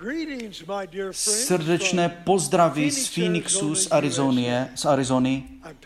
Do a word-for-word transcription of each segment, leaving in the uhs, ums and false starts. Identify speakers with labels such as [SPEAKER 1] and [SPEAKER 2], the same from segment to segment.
[SPEAKER 1] Srdečné pozdraví z Phoenixu, z Arizony, z Arizony.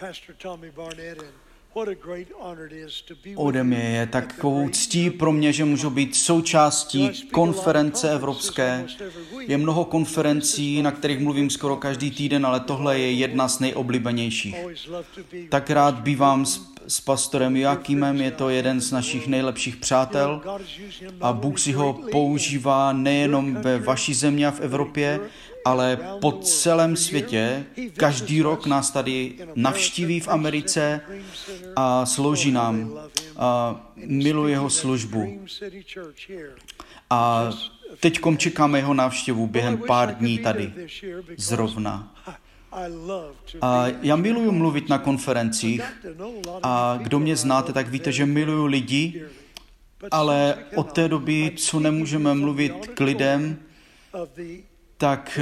[SPEAKER 1] Ode mě je takovou ctí pro mě, že můžu být součástí konference evropské. Je mnoho konferencí, na kterých mluvím skoro každý týden, ale tohle je jedna z nejoblíbenějších. Tak rád bývám s, s pastorem Joakimem, je to jeden z našich nejlepších přátel a Bůh si ho používá nejenom ve vaší zemi a v Evropě, ale po celém světě. Každý rok nás tady navštíví v Americe a slouží nám. A miluje jeho službu. A teďkom čekáme jeho návštěvu během pár dní tady. Zrovna. A já miluju mluvit na konferencích a kdo mě znáte, tak víte, že miluju lidi, ale od té doby, co nemůžeme mluvit k lidem, tak,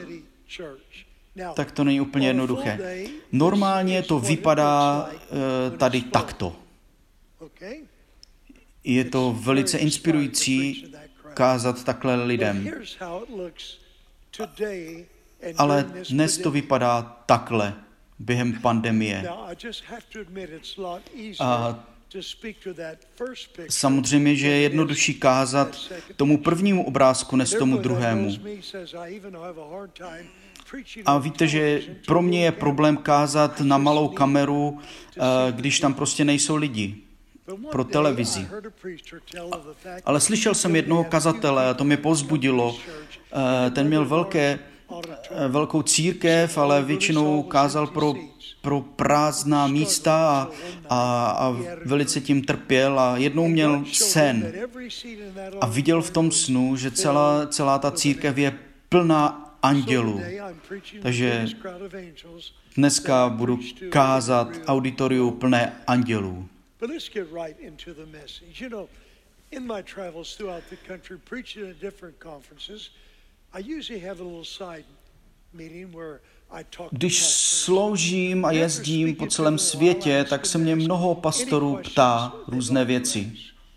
[SPEAKER 1] tak to není úplně jednoduché. Normálně to vypadá tady takto. Je to velice inspirující kázat takhle lidem. Ale dnes to vypadá takhle během pandemie. A samozřejmě, že je jednodušší kázat tomu prvnímu obrázku, než tomu druhému. A víte, že pro mě je problém kázat na malou kameru, když tam prostě nejsou lidi. Pro televizi. Ale slyšel jsem jednoho kazatele a to mě povzbudilo. Ten měl velké, velkou církev, ale většinou kázal pro pro prázdná místa a, a, a velice tím trpěl a jednou měl sen a viděl v tom snu, že celá, celá ta církev je plná andělů. Takže dneska budu kázat auditoriu plné andělů. Když sloužím a jezdím po celém světě, tak se mě mnoho pastorů ptá různé věci.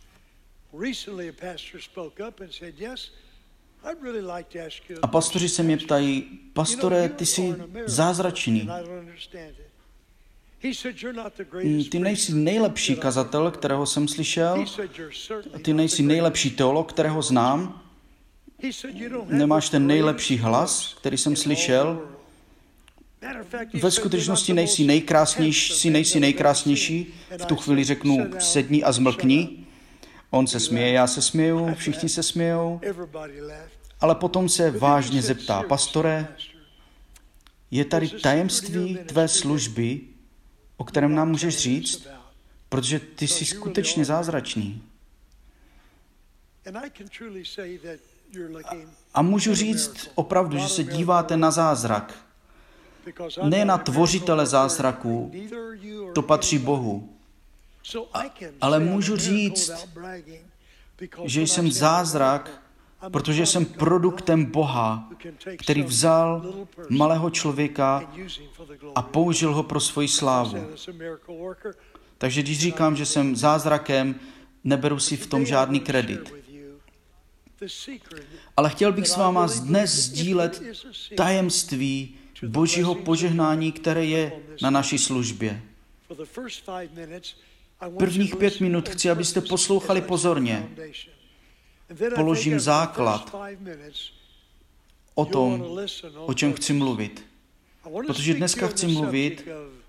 [SPEAKER 1] A pastoři se mě ptají, pastore, ty jsi zázračný. Ty nejsi nejlepší kazatel, kterého jsem slyšel, ty nejsi nejlepší teolog, kterého znám, nemáš ten nejlepší hlas, který jsem slyšel, ve skutečnosti nejsi nejkrásnější, nejsi nejkrásnější, v tu chvíli řeknu sedni a zmlkni. On se směje, já se směju, všichni se smějou, ale potom se vážně zeptá, pastore, je tady tajemství tvé služby, o kterém nám můžeš říct, protože ty jsi skutečně zázračný. A můžu říct opravdu, že se díváte na zázrak. Ne na tvořitele zázraků, to patří Bohu. A, ale můžu říct, že jsem zázrak, protože jsem produktem Boha, který vzal malého člověka a použil ho pro svoji slávu. Takže když říkám, že jsem zázrakem, neberu si v tom žádný kredit. Ale chtěl bych s váma dnes sdílet tajemství Božího požehnání, které je na naší službě. Prvních pět minut chci, abyste poslouchali pozorně. Položím základ o tom, o čem chci mluvit. Protože dneska chci mluvit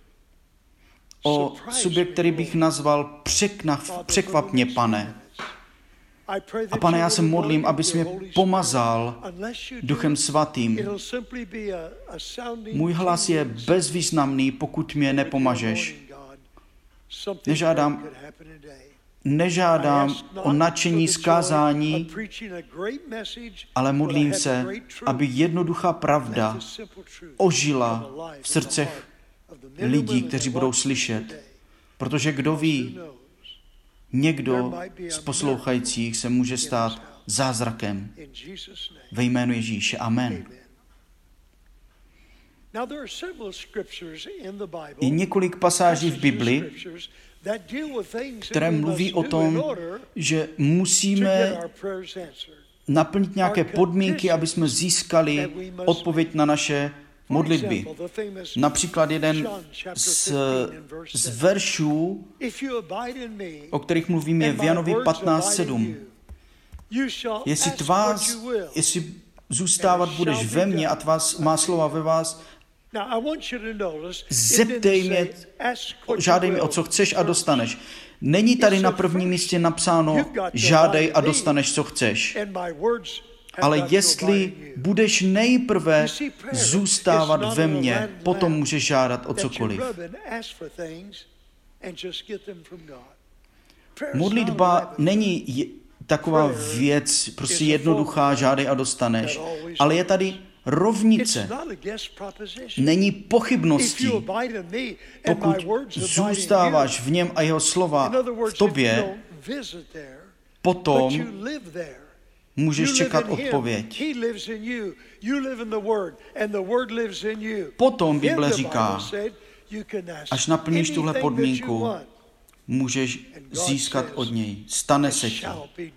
[SPEAKER 1] o sobě, který bych nazval překvap mě, Pane. A Pane, já se modlím, abys mě pomazal Duchem Svatým. Můj hlas je bezvýznamný, pokud mě nepomažeš. Nežádám, nežádám o nadšení z kázání, ale modlím se, aby jednoduchá pravda ožila v srdcech lidí, kteří budou slyšet. Protože kdo ví, někdo z poslouchajících se může stát zázrakem. Ve jménu Ježíše. Amen. Je několik pasáží v Bibli, které mluví o tom, že musíme naplnit nějaké podmínky, aby jsme získali odpověď na naše modlitby. Například jeden z, z veršů, o kterých mluvím, je v Janovi patnáct sedm. Jestli tvás, jestli zůstávat budeš ve mně a tvás má slova ve vás, zeptej mě, žádej mi, o co chceš a dostaneš. Není tady na prvním místě napsáno, žádej a dostaneš, co chceš. Ale jestli budeš nejprve zůstávat ve mně, potom můžeš žádat o cokoliv. Modlitba není taková věc, prostě jednoduchá, žádej a dostaneš, ale je tady rovnice. Není pochybností. Pokud zůstáváš v něm a jeho slova v tobě, potom můžeš čekat odpověď. Potom Bible říká, až naplníš tuhle podmínku, můžeš získat od něj. Stane se ti.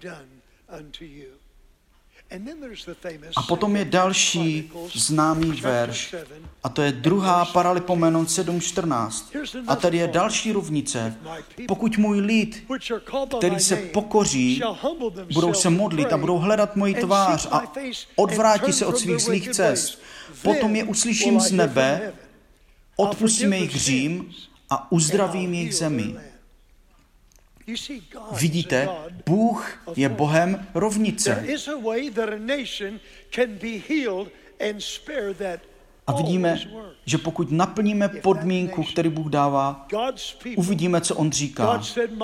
[SPEAKER 1] A potom je další známý verš, a to je druhá Paralipomenon sedm čtrnáct. A tady je další rovnice. Pokud můj lid, který se pokoří, budou se modlit a budou hledat moji tvář a odvrátí se od svých zlých cest, potom je uslyším z nebe, odpustím jejich hřím a uzdravím jejich zemi. Vidíte, Bůh je Bohem rovnice. A vidíme, že pokud naplníme podmínku, který Bůh dává, uvidíme, co on říká.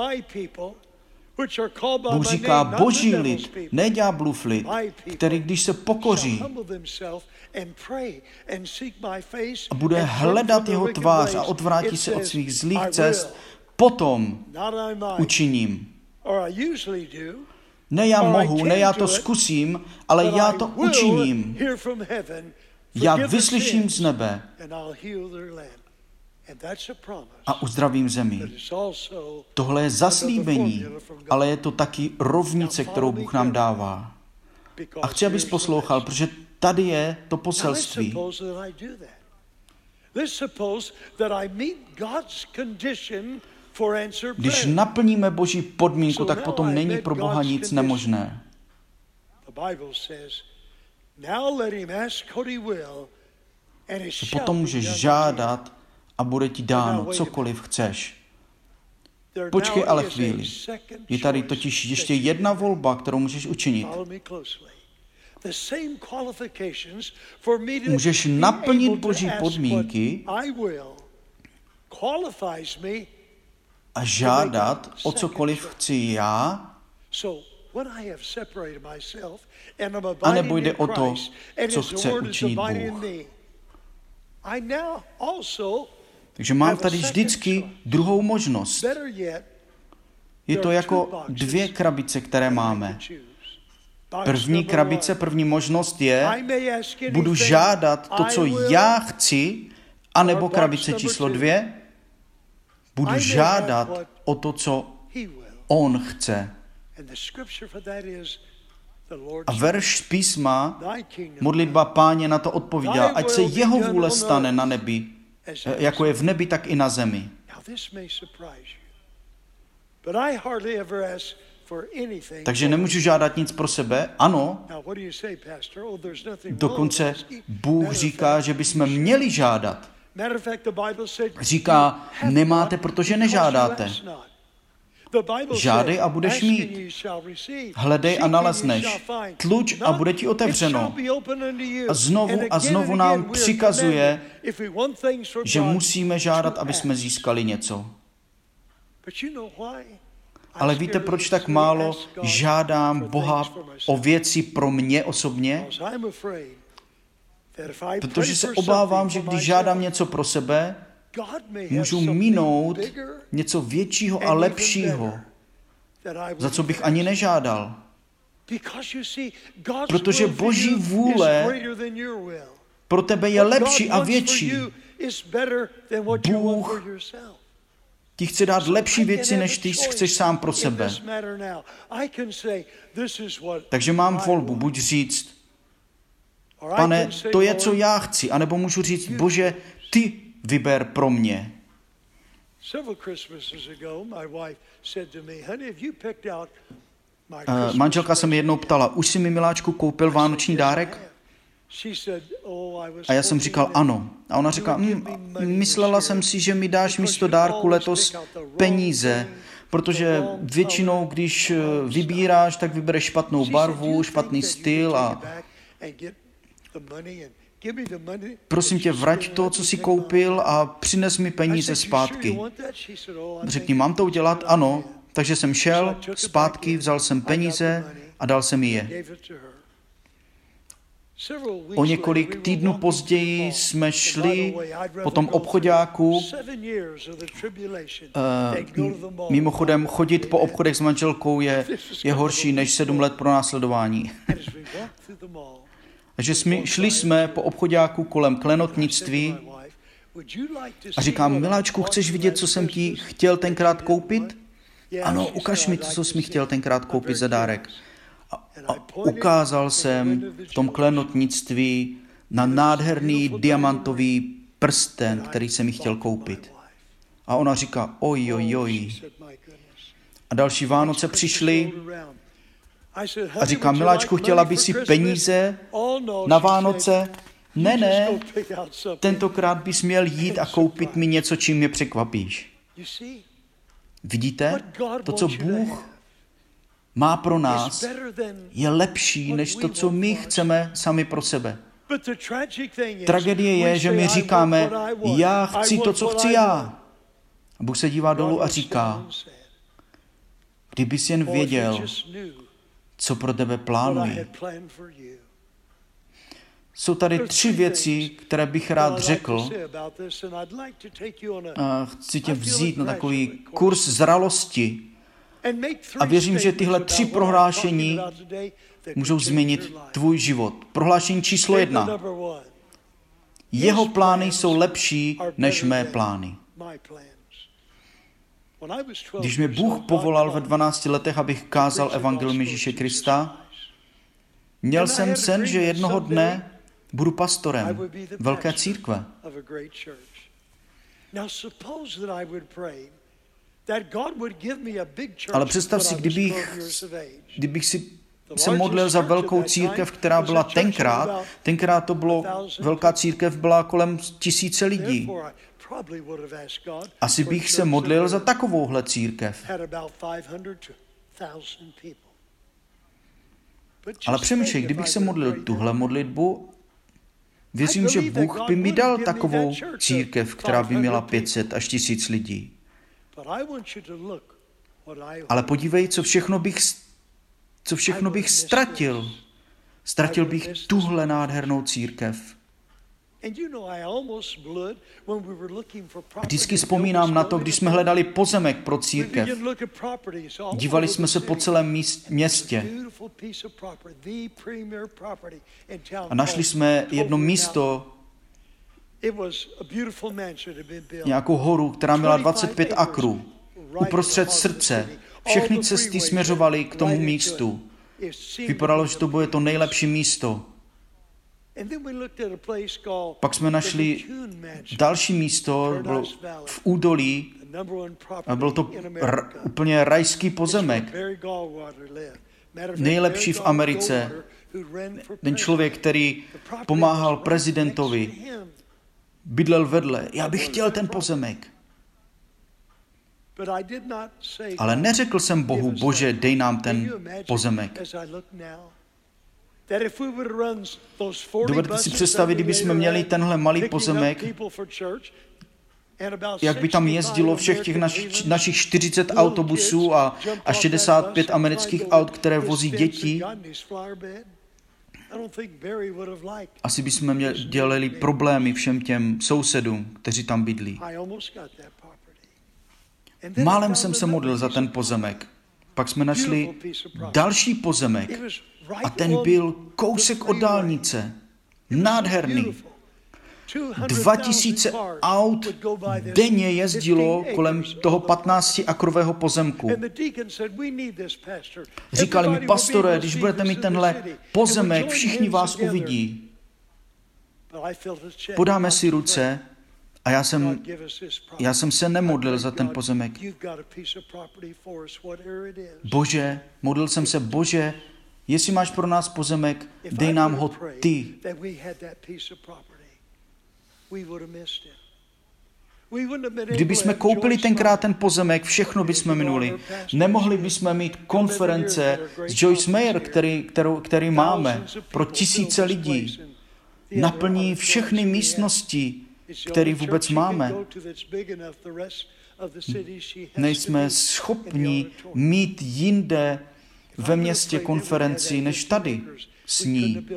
[SPEAKER 1] Bůh říká, boží lid, ne ďáblův lid, který když se pokoří a bude hledat jeho tvář a odvrátí se od svých zlých cest, potom učiním. Ne já mohu, ne já to zkusím, ale já to učiním. Já vyslyším z nebe a uzdravím zemi. Tohle je zaslíbení, ale je to taky rovnice, kterou Bůh nám dává. A chci, abys poslouchal, protože tady je to poselství. Když naplníme Boží podmínku, tak potom není pro Boha nic nemožné. Potom můžeš žádat a bude ti dáno cokoliv chceš. Počkej ale chvíli. Je tady totiž ještě jedna volba, kterou můžeš učinit. Můžeš naplnit Boží podmínky a žádat o cokoliv chci já, a nebo jde o to, co chce učinit Bůh. Takže mám tady vždycky druhou možnost. Je to jako dvě krabice, které máme. První krabice, první možnost je, budu žádat to, co já chci, anebo krabice číslo dvě, budu žádat o to, co on chce. A verš z písma, modlitba Páně na to odpovídá, ať se jeho vůle stane na nebi, jako je v nebi, tak i na zemi. Takže nemůžu žádat nic pro sebe? Ano. Dokonce Bůh říká, že bychom měli žádat. Říká, nemáte, protože nežádáte. Žádej a budeš mít. Hledej a nalezneš. Tluč a bude ti otevřeno. A znovu a znovu nám přikazuje, že musíme žádat, aby jsme získali něco. Ale víte, proč tak málo žádám Boha o věci pro mě osobně? Protože se obávám, že když žádám něco pro sebe, můžu minout něco většího a lepšího, za co bych ani nežádal. Protože Boží vůle pro tebe je lepší a větší. Bůh ti chce dát lepší věci, než ty chceš sám pro sebe. Takže mám volbu, buď říct, Pane, to je, co já chci, anebo můžu říct, Bože, ty vyber pro mě. Uh, manželka se mi jednou ptala, už jsi mi, miláčku, koupil vánoční dárek? A já jsem říkal ano. A ona říká, hm, myslela jsem si, že mi dáš místo dárku letos peníze, protože většinou, když vybíráš, tak vybereš špatnou barvu, špatný styl a prosím tě, vrať to, co jsi koupil a přines mi peníze zpátky. Řekni, mám to udělat? Ano. Takže jsem šel zpátky, vzal jsem peníze a dal jsem je. O několik týdnů později jsme šli po tom obchoďáku. Uh, mimochodem, chodit po obchodech s manželkou je, je horší než sedm let pro následování. Takže jsme, šli jsme po obchoďáku kolem klenotnictví a říkám, miláčku, chceš vidět, co jsem ti chtěl tenkrát koupit? Ano, ukaž mi to, co jsi mi chtěl tenkrát koupit za dárek. A, a ukázal jsem v tom klenotnictví na nádherný diamantový prsten, který jsem mi chtěl koupit. A ona říká, oj, oj, oj. A další Vánoce přišly a říká, miláčku, chtěla by si peníze na Vánoce? Ne, ne, tentokrát bys měl jít a koupit mi něco, čím mě překvapíš. Vidíte? To, co Bůh má pro nás, je lepší, než to, co my chceme sami pro sebe. Tragédie je, že my říkáme, já chci to, co chci já. A Bůh se dívá dolů a říká, kdybys jen věděl, co pro tebe plánuji. Jsou tady tři věci, které bych rád řekl. A chci tě vzít na takový kurz zralosti. A věřím, že tyhle tři prohlášení můžou změnit tvůj život. Prohlášení číslo jedna. Jeho plány jsou lepší než mé plány. Když mě Bůh povolal ve dvanácti letech, abych kázal evangelium Ježíše Krista, měl jsem sen, že jednoho dne budu pastorem velké církve. Ale představ si, kdybych, kdybych si se modlil za velkou církev, která byla tenkrát, tenkrát to bylo, velká církev byla kolem tisíce lidí. Asi bych se modlil za takovouhle církev. Ale přemýšlej, kdybych se modlil tuhle modlitbu, věřím, že Bůh by mi dal takovou církev, která by měla pět set až tisíc lidí. Ale podívej, co všechno bych, co všechno bych ztratil. Ztratil bych tuhle nádhernou církev. Vždycky vzpomínám na to, když jsme hledali pozemek pro církev. Dívali jsme se po celém míst, městě. A našli jsme jedno místo, nějakou horu, která měla dvacet pět akrů. Uprostřed srdce. Všechny cesty směřovaly k tomu místu. Vypadalo, že to bude to nejlepší místo. Pak jsme našli další místo, bylo v údolí, a byl to r- úplně rajský pozemek. Nejlepší v Americe. Ten člověk, který pomáhal prezidentovi, bydlel vedle. Já bych chtěl ten pozemek. Ale neřekl jsem Bohu, Bože, dej nám ten pozemek. Dovedete si představit, kdybychom měli tenhle malý pozemek, jak by tam jezdilo všech těch naš, našich čtyřicet autobusů a, a šedesát pět amerických aut, které vozí děti. Asi bychom měli, dělali problémy všem těm sousedům, kteří tam bydlí. Málem jsem se modlil za ten pozemek. Pak jsme našli další pozemek a ten byl kousek od dálnice. Nádherný. Dva tisíce aut denně jezdilo kolem toho patnáctiakrového pozemku. Říkali mi, pastore, když budete mít tenhle pozemek, všichni vás uvidí. Podáme si ruce a já jsem, já jsem se nemodlil za ten pozemek. Bože, modlil jsem se, Bože, jestli máš pro nás pozemek, dej nám ho ty. Kdyby jsme koupili tenkrát ten pozemek, všechno bychom minuli. Nemohli bychom mít konference s Joyce Meyer, který, kterou, který máme, pro tisíce lidí. Naplní všechny místnosti, které vůbec máme. Nejsme schopni mít jinde ve městě konferenci, než tady s ní.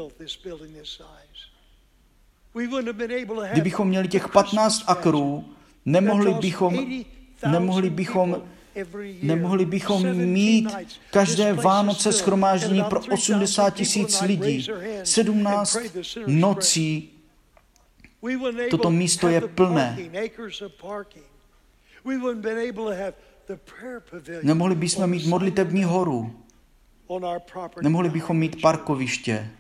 [SPEAKER 1] Kdybychom měli těch patnáct akrů, nemohli bychom, nemohli bychom, nemohli bychom mít každé Vánoce shromáždění pro osmdesát tisíc lidí. sedmnáct nocí toto místo je plné. Nemohli bychom mít modlitební horu. Nemohli bychom mít parkoviště.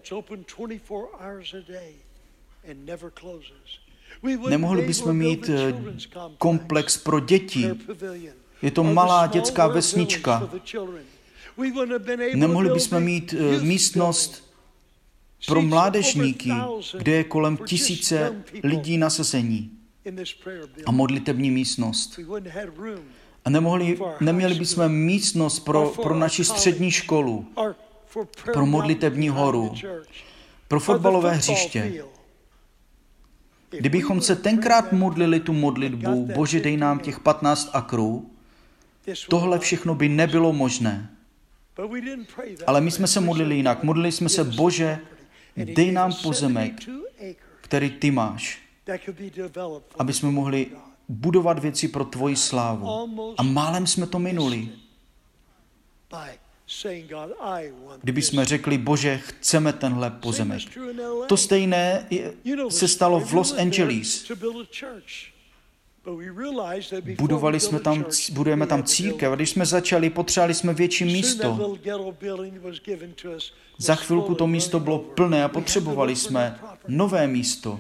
[SPEAKER 1] Nemohli bychom mít komplex pro děti. Je to malá dětská vesnička. Nemohli bychom mít místnost pro mládežníky, kde je kolem tisíce lidí na sezení a modlitební místnost. A nemohli, neměli bychom místnost pro, pro naši střední školu, pro modlitební horu, pro fotbalové hřiště. Kdybychom se tenkrát modlili tu modlitbu, Bože, dej nám těch patnáct akrů, tohle všechno by nebylo možné. Ale my jsme se modlili jinak. Modlili jsme se, Bože, dej nám pozemek, který ty máš, aby jsme mohli budovat věci pro tvoji slávu. A málem jsme to minuli. Kdyby jsme řekli, Bože, chceme tenhle pozemek. To stejné se stalo v Los Angeles. Budovali jsme tam, budujeme tam církev. A když jsme začali, potřebovali jsme větší místo. Za chvilku to místo bylo plné a potřebovali jsme nové místo.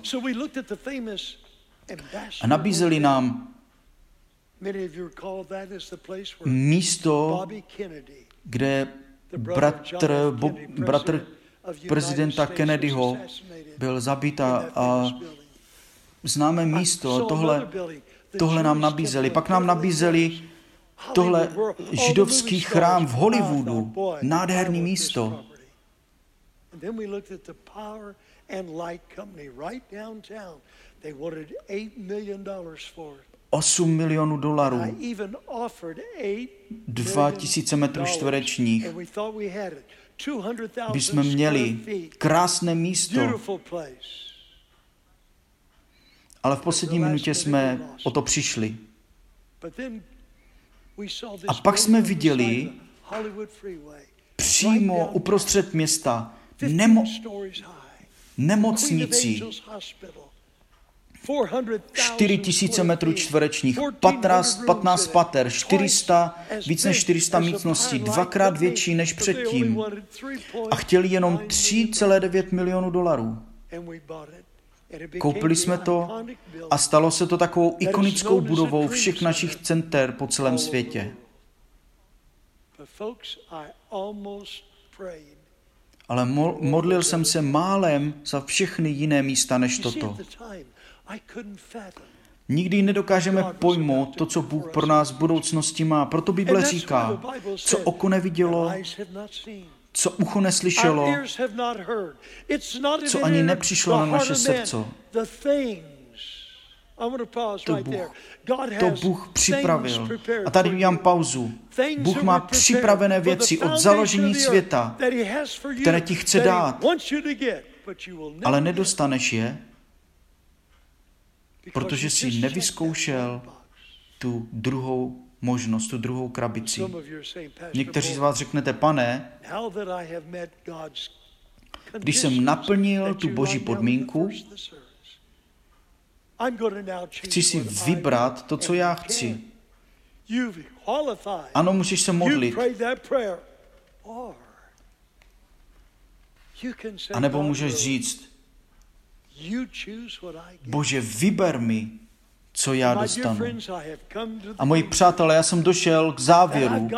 [SPEAKER 1] A nabízeli nám místo, kde bratr, bo, bratr prezidenta Kennedyho byl zabit a, a známe místo, tohle, tohle nám nabízeli. Pak nám nabízeli tohle židovský chrám v Hollywoodu, nádherný místo. osm milionů dolarů, dva tisíce metrů čtverečních. By jsme měli krásné místo. Ale v poslední minutě jsme o to přišli. A pak jsme viděli přímo uprostřed města nemo, nemocnici, čtyři tisíce metrů čtverečních, patnáct pater, čtyři sta, víc než čtyři sta místností, dvakrát větší než předtím. A chtěli jenom tři celé devět milionů dolarů. Koupili jsme to a stalo se to takovou ikonickou budovou všech našich center po celém světě. Ale modlil jsem se málem za všechny jiné místa než toto. Nikdy nedokážeme pojmout to, co Bůh pro nás v budoucnosti má. Proto Bible říká, co oko nevidělo, co ucho neslyšelo, co ani nepřišlo na naše srdce. To Bůh, to Bůh připravil. A tady udělám pauzu. Bůh má připravené věci od založení světa, které ti chce dát, ale nedostaneš je, protože jsi nevyzkoušel tu druhou možnost, tu druhou krabici. Někteří z vás řeknete, pane, když jsem naplnil tu boží podmínku, Chci si vybrat to, co já chci. Ano, můžeš se modlit. A nebo můžeš říct, Bože, vyber mi, co já dostanu. A moji přátelé, já jsem došel k závěru,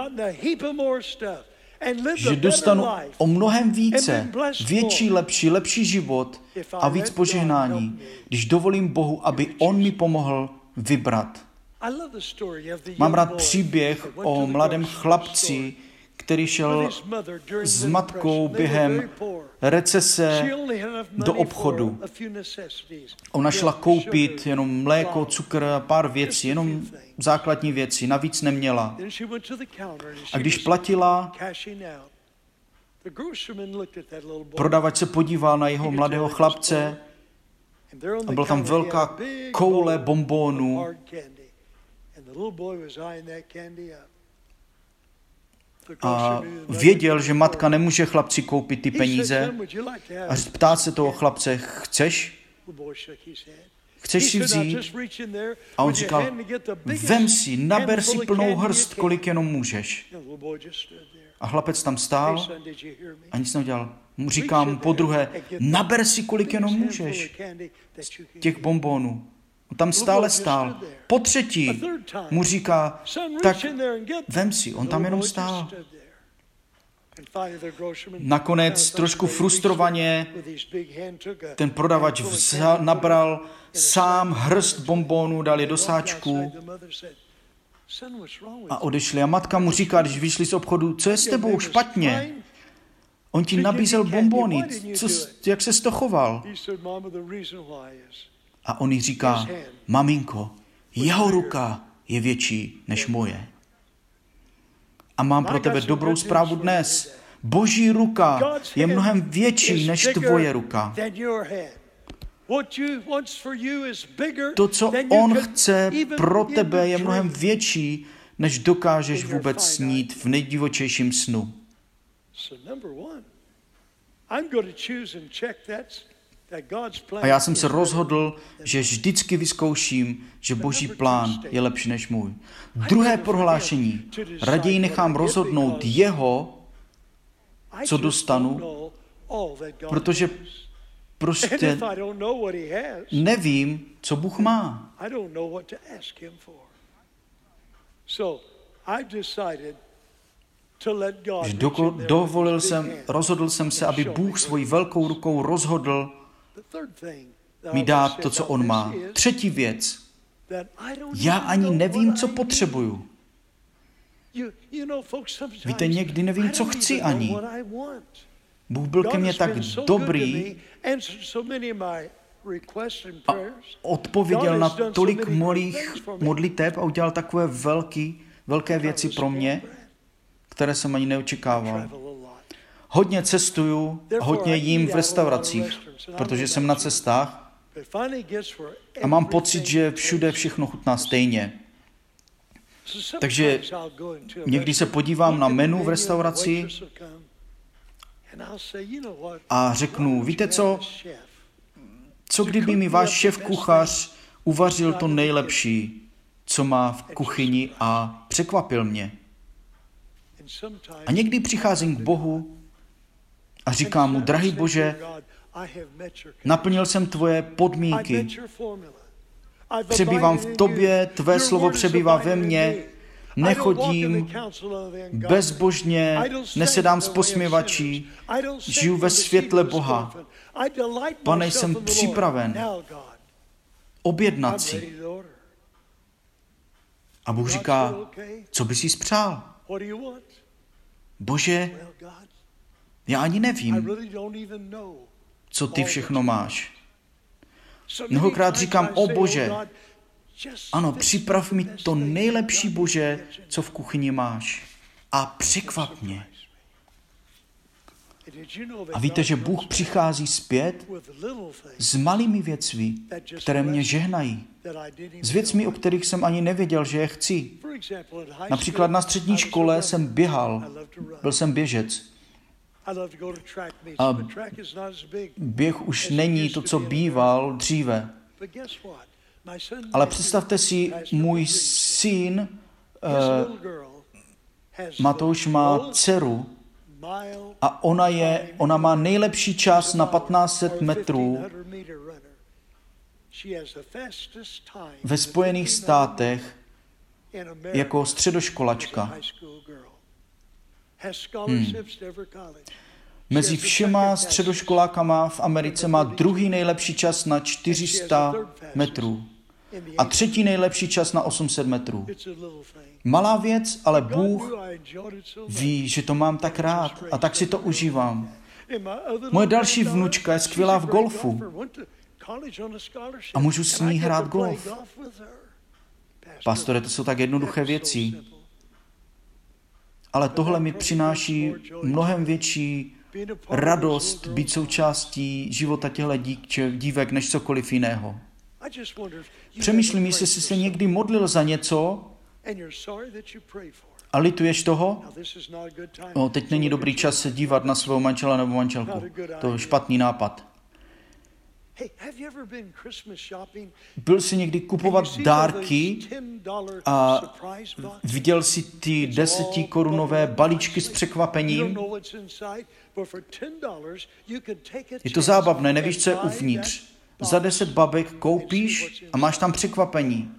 [SPEAKER 1] že dostanu o mnohem více, větší, lepší, lepší život a víc požehnání, když dovolím Bohu, aby On mi pomohl vybrat. Mám rád příběh o mladém chlapci, který šel s matkou během recese do obchodu. Ona šla koupit jenom mléko, cukr a pár věcí, jenom základní věci, navíc neměla. A když platila, prodavač se podíval na jeho mladého chlapce a byla tam velká koule bonbonů. A věděl, že matka nemůže chlapci koupit ty peníze a ptá se toho chlapce, chceš? Chceš si vzít? A on říkal, vem si, naber si plnou hrst, kolik jenom můžeš. A chlapec tam stál a nic neudělal. Mu říkám po druhé, naber si, kolik jenom můžeš těch bonbonů. On tam stále stál. Po třetí mu říká, tak vem si, on tam jenom stál. Nakonec trošku frustrovaně ten prodavač vzal, nabral sám hrst bonbonů, dal je do sáčku a odešli. A matka mu říká, když vyšli z obchodu, co je s tebou špatně? On ti nabízel bonbony, co, jak se to choval? A on jí říká, maminko, jeho ruka je větší než moje. A mám pro tebe dobrou zprávu dnes. Boží ruka je mnohem větší než tvoje ruka. To, co on chce pro tebe, je mnohem větší, než dokážeš vůbec snít v nejdivočejším snu. A já jsem se rozhodl, že vždycky vyzkouším, že Boží plán je lepší než můj. Druhé prohlášení. Raději nechám rozhodnout jeho, co dostanu, protože prostě nevím, co Bůh má. Že doko, dovolil jsem, rozhodl jsem se, aby Bůh svojí velkou rukou rozhodl mi dát to, co on má. Třetí věc. Já ani nevím, co potřebuju. Víte, někdy nevím, co chci ani. Bůh byl ke mně tak dobrý a odpověděl na tolik mojich modliteb a udělal takové velký, velké věci pro mě, které jsem ani neočekával. Hodně cestuju, hodně jím v restauracích, protože jsem na cestách a mám pocit, že všude všechno chutná stejně. Takže někdy se podívám na menu v restauraci a řeknu, víte co, co kdyby mi váš šéf-kuchař uvařil to nejlepší, co má v kuchyni a překvapil mě. A někdy přicházím k Bohu a říkám mu, drahý Bože, naplnil jsem tvoje podmínky, přebývám v tobě, tvé slovo přebývá ve mně, nechodím bezbožně, nesedám s posměvačí, žiju ve světle Boha. Pane, jsem připraven objednat si. A Bůh říká, co bys si spřál? Bože, já ani nevím, co ty všechno máš. Mnohokrát říkám, o Bože, ano, připrav mi to nejlepší, Bože, co v kuchyni máš. A překvap mě. A víte, že Bůh přichází zpět s malými věcmi, které mě žehnají. S věcmi, o kterých jsem ani nevěděl, že je chci. Například na střední škole jsem běhal. Byl jsem běžec. A běh už není to, co býval dříve. Ale představte si, můj syn uh, Matouš má dceru a ona, je, ona má nejlepší čas na patnáct set metrů ve Spojených státech jako středoškolačka. Hmm. Mezi všema středoškolákama v Americe má druhý nejlepší čas na čtyři sta metrů a třetí nejlepší čas na osm set metrů. Malá věc, ale Bůh ví, že to mám tak rád a tak si to užívám. Moje další vnučka je skvělá v golfu a můžu s ní hrát golf. Pastore, to jsou tak jednoduché věci. Ale tohle mi přináší mnohem větší radost být součástí života těchto dívek než cokoliv jiného. Přemýšlím, jestli jsi se někdy modlil za něco a lituješ toho? O, teď není dobrý čas se dívat na svého manžela nebo manželku. To je špatný nápad. Byl jsi někdy kupovat dárky a viděl jsi ty desetikorunové balíčky s překvapením? Je to zábavné, nevíš, co je uvnitř. Za deset babek koupíš a máš tam překvapení.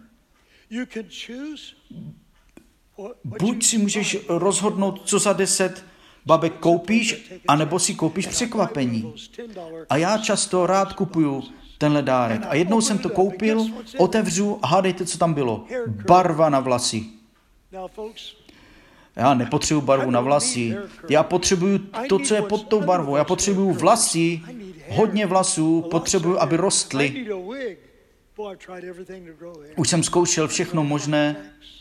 [SPEAKER 1] Buď si můžeš rozhodnout, co za deset babek koupíš, anebo si koupíš překvapení. A já často rád kupuju tenhle dárek. A jednou jsem to koupil, otevřu a hádejte, co tam bylo. Barva na vlasy. Já nepotřebuji barvu na vlasy. Já potřebuju to, co je pod tou barvou. Já potřebuju vlasy, hodně vlasů, potřebuju, aby rostly. Už jsem zkoušel všechno možné.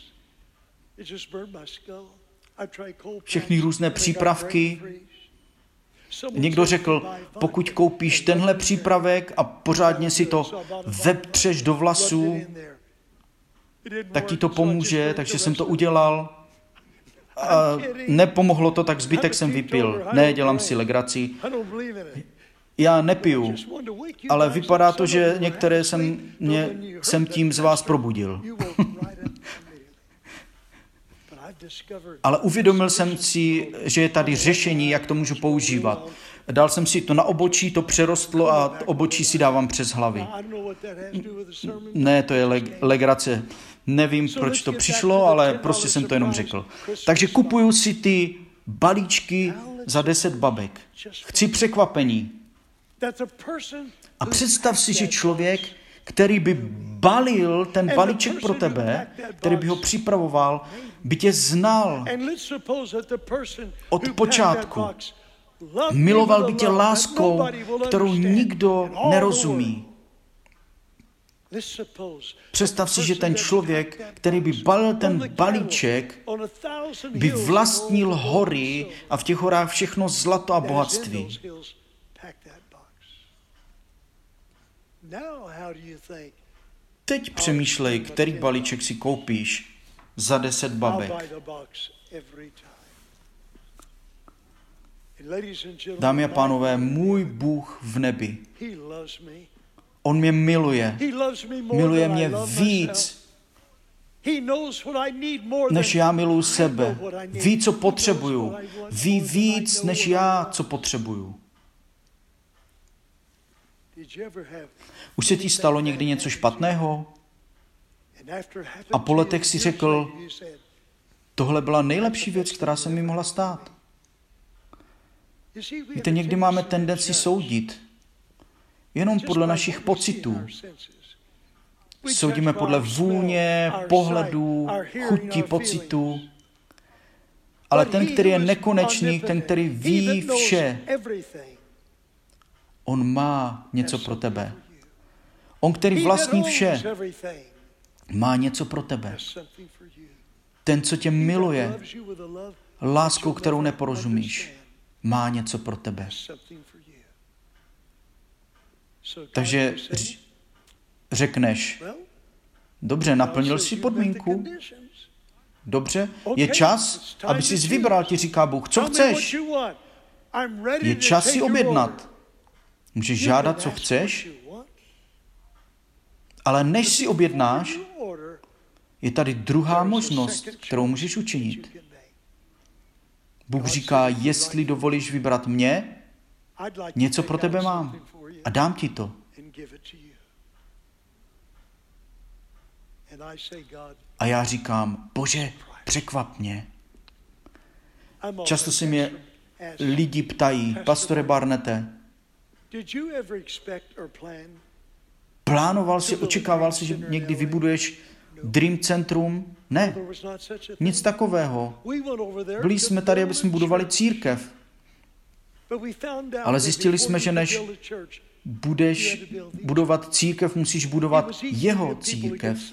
[SPEAKER 1] Všechny různé přípravky. Někdo řekl, pokud koupíš tenhle přípravek a pořádně si to vepřeš do vlasů, tak ti to pomůže, takže jsem to udělal. A nepomohlo to, tak zbytek jsem vypil. Ne, dělám si legraci. Já nepiju, ale vypadá to, že některé jsem, mě, jsem tím z vás probudil. Ale uvědomil jsem si, že je tady řešení, jak to můžu používat. Dal jsem si to na obočí, to přerostlo a obočí si dávám přes hlavy. Ne, to je leg- legrace. Nevím, proč to přišlo, ale prostě jsem to jenom řekl. Takže kupuju si ty balíčky za deset babek. Chci překvapení. A představ si, že člověk, který by balil ten balíček pro tebe, který by ho připravoval, by tě znal od počátku. Miloval by tě láskou, kterou nikdo nerozumí. Představ si, že ten člověk, který by balil ten balíček, by vlastnil hory a v těch horách všechno zlato a bohatství. Teď přemýšlej, který balíček si koupíš za deset babek. Dámy a pánové, můj Bůh v nebi, on mě miluje. Miluje mě víc, než já miluji sebe. Ví, co potřebuju. Ví víc, než já, co potřebuju. Už se ti stalo někdy něco špatného? A po letech si řekl, tohle byla nejlepší věc, která se mi mohla stát. Víte, někdy máme tendenci soudit jenom podle našich pocitů. Soudíme podle vůně, pohledů, chutí, pocitů. Ale ten, který je nekonečný, ten, který ví vše, on má něco pro tebe. On, který vlastní vše, má něco pro tebe. Ten, co tě miluje, láskou, kterou neporozumíš, má něco pro tebe. Takže řekneš, dobře, naplnil jsi podmínku? Dobře, je čas, aby jsi vybral, ti říká Bůh. Co chceš? Je čas si objednat. Můžeš žádat, co chceš, Ale než si objednáš, je tady druhá možnost, kterou můžeš učinit. Bůh říká, jestli dovolíš vybrat mě, něco pro tebe mám a dám ti to. A já říkám, Bože, překvap mě. Často se mě lidi ptají, pastore Barnette, plánoval jsi, očekával jsi, že někdy vybuduješ Dream Centrum? Ne, nic takového. Byli jsme tady, aby jsme budovali církev. Ale zjistili jsme, že než budeš budovat církev, musíš budovat jeho církev.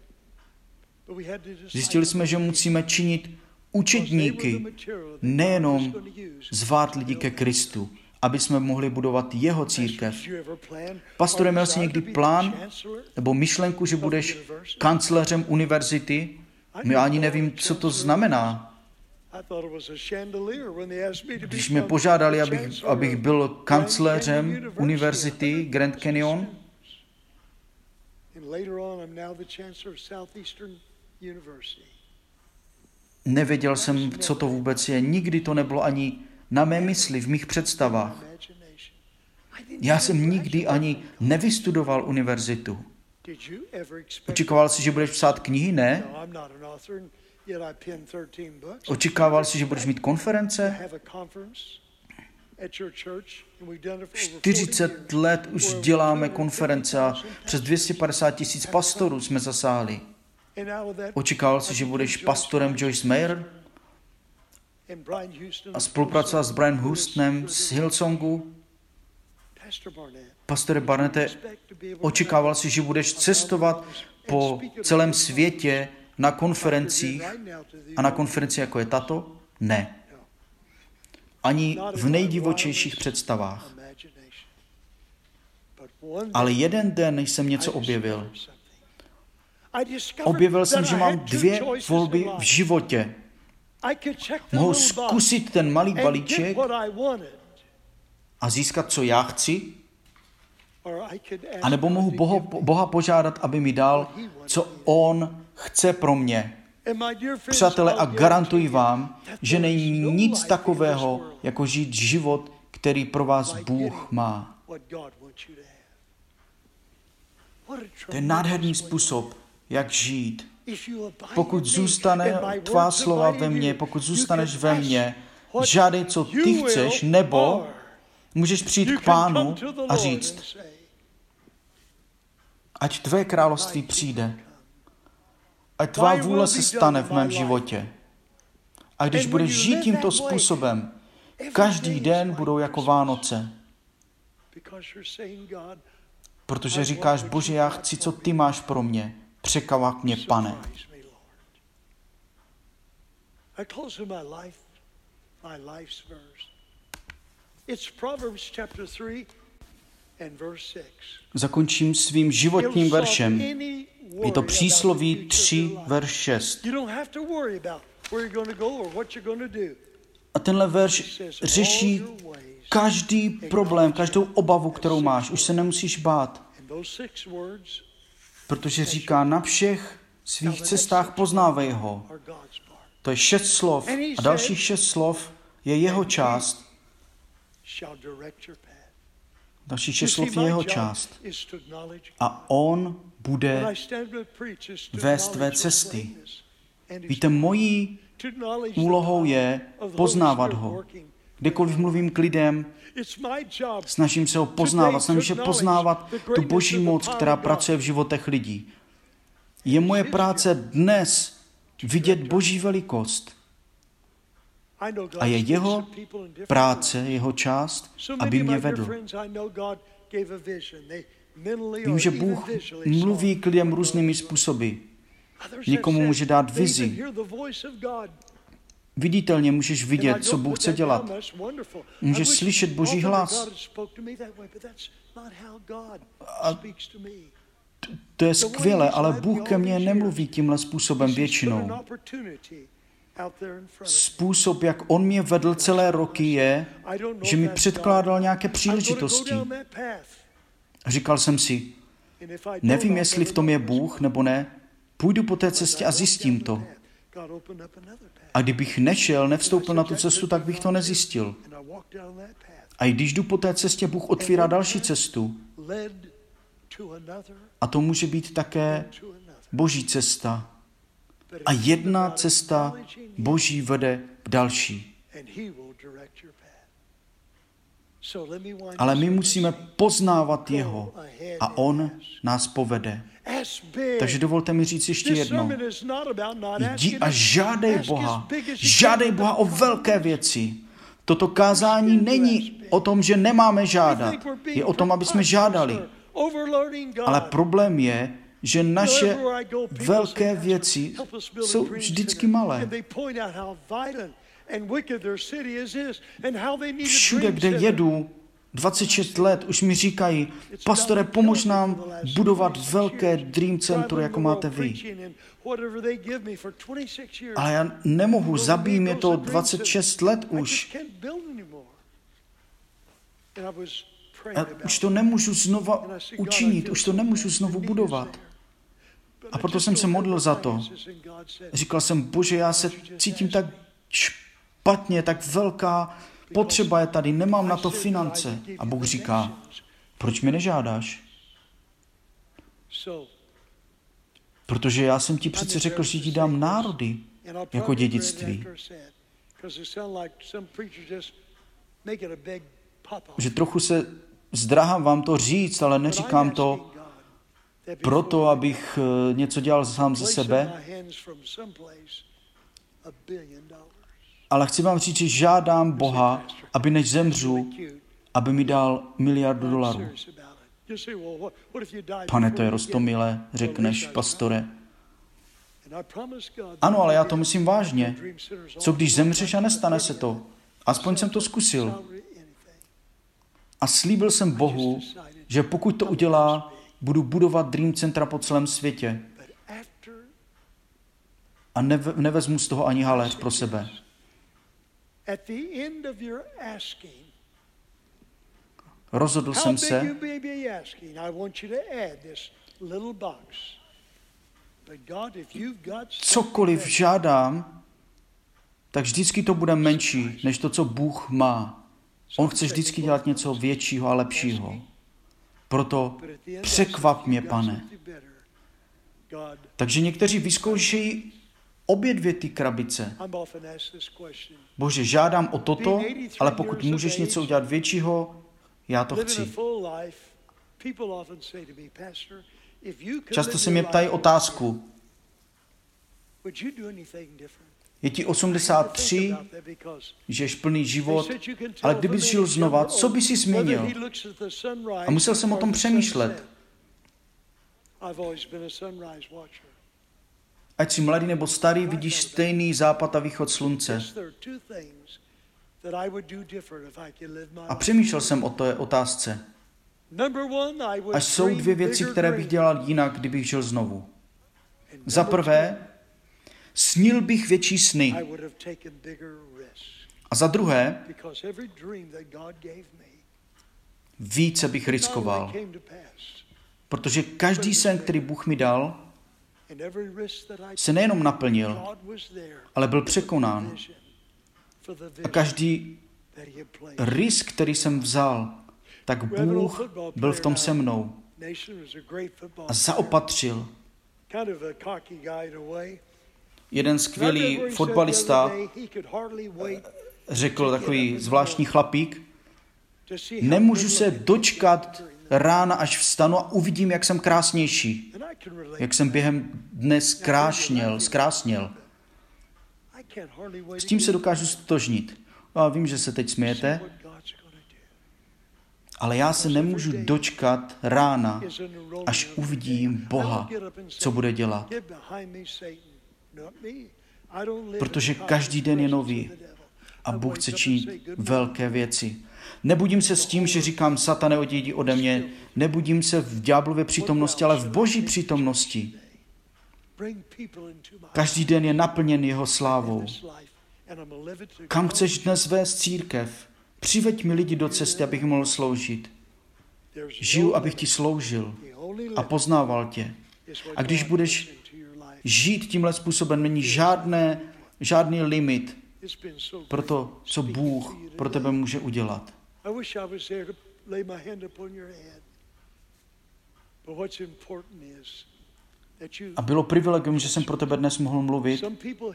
[SPEAKER 1] Zjistili jsme, že musíme činit učedníky, nejenom zvát lidi ke Kristu, aby jsme mohli budovat jeho církev. Pastore, měl jsi někdy plán nebo myšlenku, že budeš kancléřem univerzity? Já ani nevím, co to znamená. Když mě požádali, abych, abych byl kancléřem univerzity Grand Canyon, nevěděl jsem, co to vůbec je. Nikdy to nebylo ani na mé mysli, v mých představách. Já jsem nikdy ani nevystudoval univerzitu. Očekával jsi, že budeš psát knihy? Ne. Očekával jsi, že budeš mít konference? čtyřicet let už děláme konference a přes dvě stě padesát tisíc pastorů jsme zasáhli. Očekával jsi, že budeš pastorem Joyce Meyer a spolupracovat s Brian Houstonem z Hillsongu? Pastore Barnette, očekával jsi, že budeš cestovat po celém světě na konferencích a na konferenci, jako je tato? Ne. Ani v nejdivočejších představách. Ale jeden den, než jsem něco objevil, objevil jsem, že mám dvě volby v životě. Mohu zkusit ten malý balíček a získat, co já chci, anebo mohu Boha, Boha požádat, aby mi dal, co on chce pro mě. Přátelé, a garantuji vám, že není nic takového, jako žít život, který pro vás Bůh má. To je nádherný způsob, jak žít. Pokud zůstane tvá slova ve mně, pokud zůstaneš ve mně, žádej, co ty chceš, nebo můžeš přijít k Pánu a říct, ať tvé království přijde, ať tvá vůle se stane v mém životě. A když budeš žít tímto způsobem, každý den budou jako Vánoce. Protože říkáš, Bože, já chci, co ty máš pro mě. Překvap mě, Pane. Zakončím svým životním veršem. Je to přísloví tři, verš šest. A tenhle verš řeší každý problém, každou obavu, kterou máš. Už se nemusíš bát. Protože říká, na všech svých cestách poznávej ho. To je šest slov. A dalších šest slov je jeho část. Dalších šest slov je jeho část. A on bude vést tvé cesty. Víte, mojí úlohou je poznávat ho. Kdekoliv mluvím k lidem, snažím se ho poznávat, snažím se poznávat tu boží moc, která pracuje v životech lidí. Je moje práce dnes vidět boží velikost. A je jeho práce, jeho část, aby mě vedl. Vím, že Bůh mluví k lidem různými způsoby. Někomu může dát vizi. Viditelně můžeš vidět, co Bůh chce dělat. Můžeš slyšet Boží hlas. A to je skvělé, ale Bůh ke mně nemluví tímhle způsobem většinou. Způsob, jak on mě vedl celé roky, je, že mi předkládal nějaké příležitosti. A říkal jsem si, Nevím, jestli v tom je Bůh nebo ne. Půjdu po té cestě a zjistím to. A kdybych nešel, nevstoupil na tu cestu, tak bych to nezjistil. A i když jdu po té cestě, Bůh otvírá další cestu. A to může být také Boží cesta. A jedna cesta Boží vede k další. Ale my musíme poznávat jeho a on nás povede. Takže dovolte mi říct ještě jednou. Jdi a žádej Boha. Žádej Boha o velké věci. Toto kázání není o tom, že nemáme žádat. Je o tom, aby jsme žádali. Ale problém je, že naše velké věci jsou vždycky malé. Všude, kde jedu, dvacet šest let, už mi říkají, pastore, pomož nám budovat velké dream centrum, jako máte vy. Ale já nemohu, zabíjí mě to dvacet šest let už. A už to nemůžu znova učinit, už to nemůžu znovu budovat. A proto jsem se modlil za to. Říkal jsem, Bože, já se cítím tak špatně, tak velká potřeba je tady, nemám na to finance. A Bůh říká, proč mi nežádáš? Protože já jsem ti přece řekl, že ti dám národy jako dědictví. Že trochu se zdráhám vám to říct, ale neříkám to proto, abych něco dělal sám ze sebe. Ale chci vám říct, že žádám Boha, aby než zemřu, aby mi dal miliardu dolarů. Pane, to je roztomilé, řekneš, pastore. Ano, ale já to myslím vážně. Co když zemřeš a nestane se to? Aspoň jsem to zkusil. A slíbil jsem Bohu, že pokud to udělá, budu budovat Dream Centra po celém světě. A neve, nevezmu z toho ani haléř pro sebe. Rozhodl jsem se, cokoliv žádám, tak vždycky to bude menší, než to, co Bůh má. On chce vždycky dělat něco většího a lepšího. Proto překvap mě, Pane. Takže někteří vyzkoušejí obě dvě ty krabice. Bože, žádám o toto, ale pokud můžeš něco udělat většího, já to chci. Často se mě ptají otázku. Je ti osmdesát tři, žiješ plný život, ale kdybys žil znova, co bys si změnil? A musel jsem o tom přemýšlet. Ať jsi mladý nebo starý, vidíš stejný západ a východ slunce. A přemýšlel jsem o té otázce. A jsou dvě věci, které bych dělal jinak, kdybych žil znovu. Za prvé, snil bych větší sny. A za druhé, více bych riskoval. Protože každý sen, který Bůh mi dal, se nejenom naplnil, ale byl překonán. A každý risk, který jsem vzal, tak Bůh byl v tom se mnou a zaopatřil. Jeden skvělý fotbalista řekl, takový zvláštní chlapík, nemůžu se dočkat rána, až vstanu a uvidím, jak jsem krásnější. Jak jsem během dne zkrášněl, zkrásněl. S tím se dokážu stotožnit. Já vím, že se teď smějete, ale já se nemůžu dočkat rána, až uvidím Boha, co bude dělat. Protože každý den je nový a Bůh chce činit velké věci. Nebudím se s tím, že říkám, Satane, odejdi ode mě. Nebudím se v ďáblově přítomnosti, ale v Boží přítomnosti. Každý den je naplněn jeho slávou. Kam chceš dnes vést církev? Přiveď mi lidi do cesty, abych mohl sloužit. Žiju, abych ti sloužil a poznával tě. A když budeš žít tímhle způsobem, není žádné, žádný limit pro to, co Bůh pro tebe může udělat. A bylo privilegium, že jsem pro tebe dnes mohl mluvit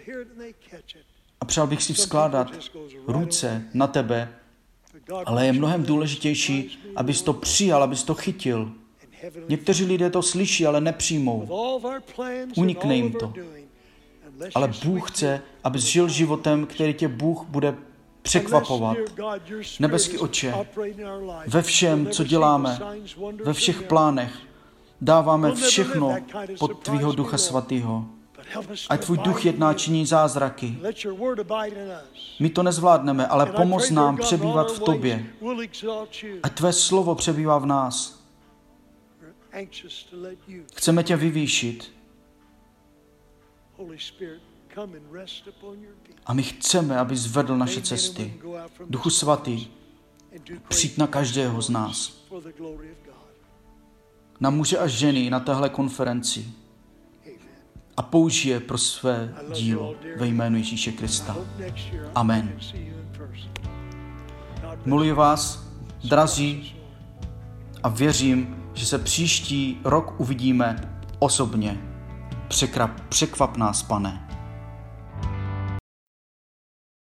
[SPEAKER 1] a přál bych si vzkládat ruce na tebe, ale je mnohem důležitější, abys to přijal, abys to chytil. Někteří lidé to slyší, ale nepřijmou. Unikne jim to. Ale Bůh chce, abys žil životem, který tě Bůh bude překvapovat. Nebeský Otče, ve všem, co děláme, ve všech plánech, dáváme všechno pod tvýho Ducha Svatého. Ať tvůj duch jedná, činí zázraky. My to nezvládneme, ale pomoz nám přebývat v tobě. Ať tvé slovo přebývá v nás. Chceme tě vyvýšit. A my chceme, aby zvedl naše cesty. Duchu Svatý, přijď na každého z nás. Na muže a ženy na téhle konferenci. A použije pro své dílo ve jménu Ježíše Krista. Amen. Miluji vás, drazí, a věřím, že se příští rok uvidíme osobně. Překrap, překvap nás, Pane.